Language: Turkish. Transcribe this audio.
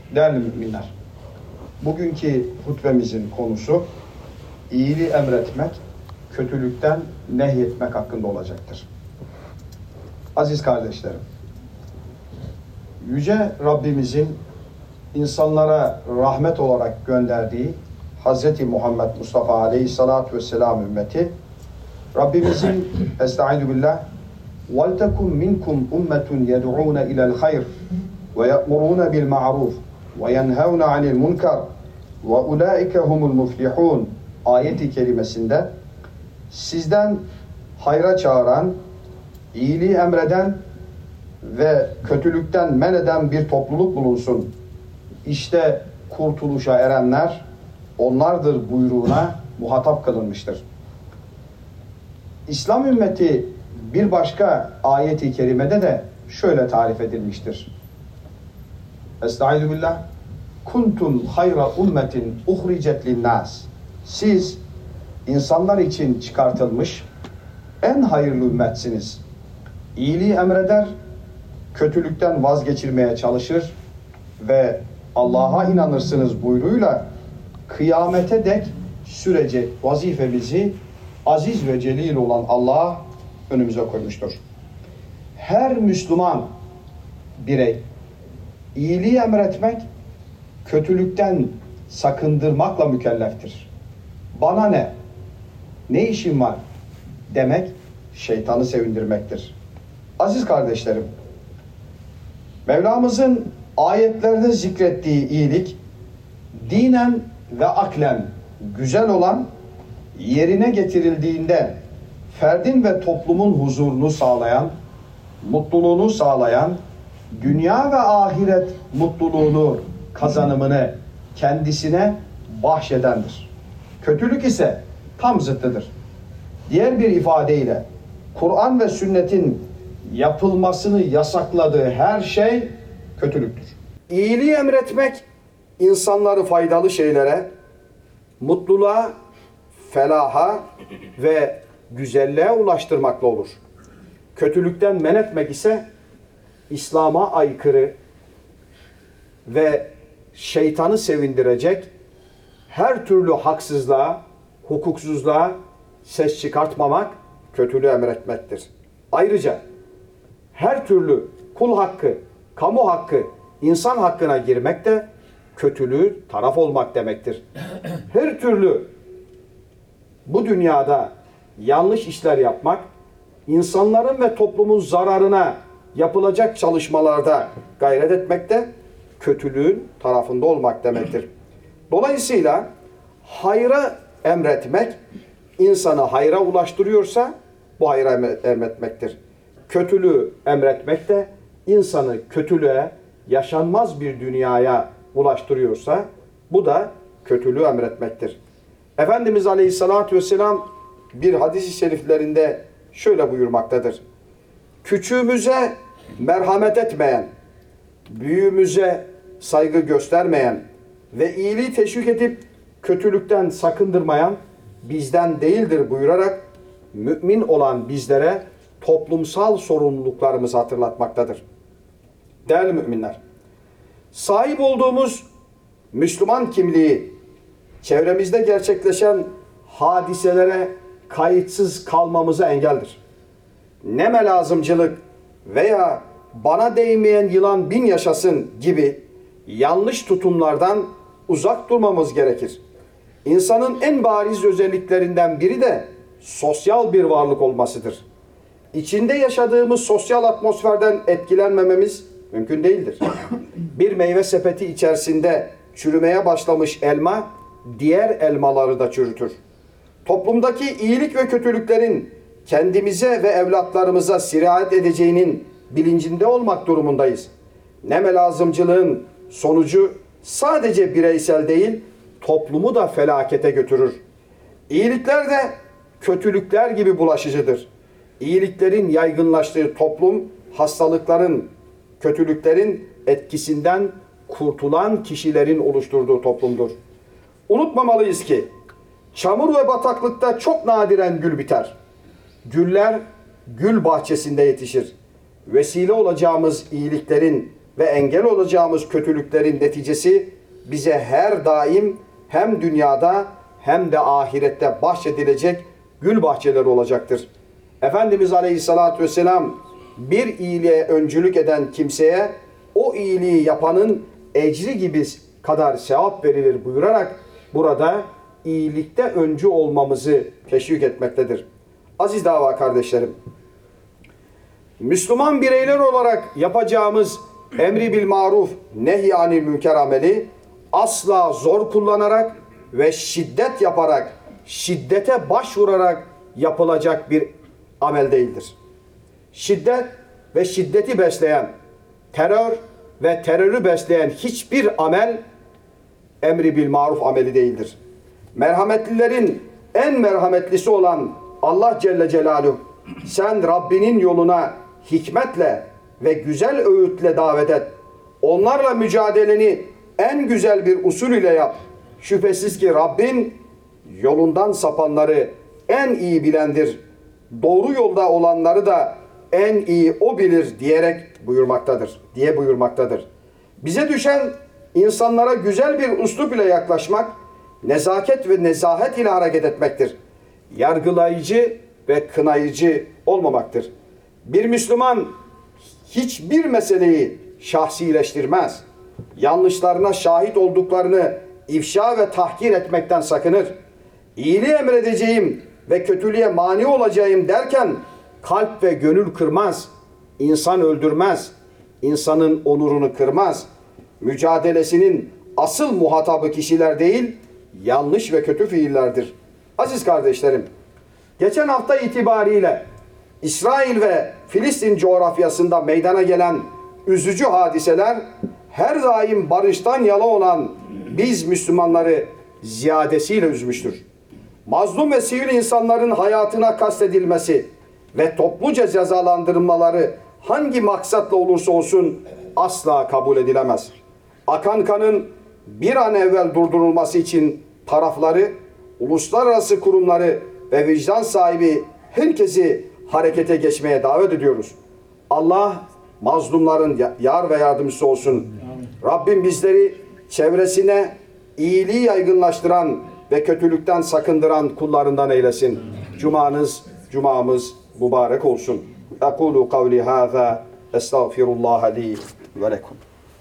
Değerli müminler, bugünkü hutbemizin konusu iyiliği emretmek, kötülükten nehyetmek hakkında olacaktır. Aziz kardeşlerim, Yüce Rabbimizin insanlara rahmet olarak gönderdiği Hz. Muhammed Mustafa Aleyhisselatü Vesselam ümmeti, Rabbimizin Estaizu billah وَلْتَكُمْ مِنْكُمْ اُمَّةٌ يَدْعُونَ اِلَى الْخَيْرِ وَيَأْمُرُونَ بِالْمَعْرُوفِ وَيَنْهَوْنَ عَنِ الْمُنْكَرِ وَاُولَٰئِكَ هُمُ الْمُفْلِحُونَ ayeti kerimesinde sizden hayra çağıran, iyiliği emreden ve kötülükten men eden bir topluluk bulunsun. İşte kurtuluşa erenler onlardır buyruğuna muhatap kılınmıştır. İslam ümmeti bir başka ayeti kerimede de şöyle tarif edilmiştir. Estaizu billah kuntum hayra ummetin uhricet linnâs. Siz insanlar için çıkartılmış en hayırlı ümmetsiniz. İyiliği emreder, kötülükten vazgeçirmeye çalışır ve Allah'a inanırsınız buyruğuyla kıyamete dek sürecek vazifemizi aziz ve celil olan Allah önümüze koymuştur. Her Müslüman birey iyiliği emretmek, kötülükten sakındırmakla mükelleftir. Bana ne? Ne işim var? Demek şeytanı sevindirmektir. Aziz kardeşlerim, Mevlamızın ayetlerde zikrettiği iyilik, dinen ve aklen güzel olan, yerine getirildiğinde ferdin ve toplumun huzurunu sağlayan, mutluluğunu sağlayan, dünya ve ahiret mutluluğunu, kazanımını kendisine bahşedendir. Kötülük ise tam zıttıdır. Diğer bir ifadeyle Kur'an ve sünnetin yapılmasını yasakladığı her şey kötülüktür. İyiliği emretmek insanları faydalı şeylere, mutluluğa, felaha ve güzelliğe ulaştırmakla olur. Kötülükten men etmek ise İslam'a aykırı ve şeytanı sevindirecek her türlü haksızlığa, hukuksuzluğa ses çıkartmamak, kötülüğü emretmektir. Ayrıca her türlü kul hakkı, kamu hakkı, insan hakkına girmek de kötülüğü taraf olmak demektir. Her türlü bu dünyada yanlış işler yapmak, insanların ve toplumun zararına yapılacak çalışmalarda gayret etmek de kötülüğün tarafında olmak demektir. Dolayısıyla hayra emretmek, insanı hayra ulaştırıyorsa bu hayra emretmektir. Kötülüğü emretmek de insanı kötülüğe, yaşanmaz bir dünyaya ulaştırıyorsa bu da kötülüğü emretmektir. Efendimiz Aleyhisselatü Vesselam bir hadis-i şeriflerinde şöyle buyurmaktadır. Küçüğümüze merhamet etmeyen, büyüğümüze saygı göstermeyen ve iyiliği teşvik edip kötülükten sakındırmayan bizden değildir buyurarak mümin olan bizlere toplumsal sorumluluklarımızı hatırlatmaktadır. Değerli müminler, sahip olduğumuz Müslüman kimliği çevremizde gerçekleşen hadiselere kayıtsız kalmamıza engeldir. Neme lazımcılık veya bana değmeyen yılan bin yaşasın gibi yanlış tutumlardan uzak durmamız gerekir. İnsanın en bariz özelliklerinden biri de sosyal bir varlık olmasıdır. İçinde yaşadığımız sosyal atmosferden etkilenmememiz mümkün değildir. Bir meyve sepeti içerisinde çürümeye başlamış elma, diğer elmaları da çürütür. Toplumdaki iyilik ve kötülüklerin kendimize ve evlatlarımıza sirayet edeceğinin bilincinde olmak durumundayız. Neme lazımcılığın sonucu sadece bireysel değil, toplumu da felakete götürür. İyilikler de kötülükler gibi bulaşıcıdır. İyiliklerin yaygınlaştığı toplum, hastalıkların, kötülüklerin etkisinden kurtulan kişilerin oluşturduğu toplumdur. Unutmamalıyız ki, çamur ve bataklıkta çok nadiren gül biter. Güller gül bahçesinde yetişir. Vesile olacağımız iyiliklerin ve engel olacağımız kötülüklerin neticesi bize her daim hem dünyada hem de ahirette bahşedilecek gül bahçeleri olacaktır. Efendimiz Aleyhisselatü Vesselam bir iyiliğe öncülük eden kimseye o iyiliği yapanın ecri gibi kadar sevap verilir buyurarak burada iyilikte öncü olmamızı teşvik etmektedir. Aziz dava kardeşlerim, Müslüman bireyler olarak yapacağımız emri bil maruf, nehy anil münker ameli asla zor kullanarak ve şiddet yaparak, şiddete başvurarak yapılacak bir amel değildir. Şiddet ve şiddeti besleyen, terör ve terörü besleyen hiçbir amel emri bil maruf ameli değildir. Merhametlilerin en merhametlisi olan Allah Celle Celaluhu, sen Rabbinin yoluna hikmetle ve güzel öğütle davet et. Onlarla mücadeleni en güzel bir usul ile yap. Şüphesiz ki Rabbin yolundan sapanları en iyi bilendir. Doğru yolda olanları da en iyi o bilir diyerek buyurmaktadır. Bize düşen insanlara güzel bir üslup ile yaklaşmak, nezaket ve nezahet ile hareket etmektir. Yargılayıcı ve kınayıcı olmamaktır. Bir Müslüman hiçbir meseleyi şahsileştirmez. Yanlışlarına şahit olduklarını ifşa ve tahkir etmekten sakınır. İyiliği emredeceğim ve kötülüğe mani olacağım derken kalp ve gönül kırmaz, insan öldürmez, insanın onurunu kırmaz. Mücadelesinin asıl muhatabı kişiler değil, yanlış ve kötü fiillerdir. Aziz kardeşlerim, geçen hafta itibariyle İsrail ve Filistin coğrafyasında meydana gelen üzücü hadiseler her daim barıştan yana olan biz Müslümanları ziyadesiyle üzmüştür. Mazlum ve sivil insanların hayatına kastedilmesi ve topluca cezalandırılmaları hangi maksatla olursa olsun asla kabul edilemez. Akan kanın bir an evvel durdurulması için tarafları, uluslararası kurumları ve vicdan sahibi herkesi harekete geçmeye davet ediyoruz. Allah mazlumların yar ve yardımcısı olsun. Rabbim bizleri çevresine iyiliği yaygınlaştıran ve kötülükten sakındıran kullarından eylesin. Cumamız mübarek olsun. Ekulu kavli hâzâ estağfirullah li ve lekum.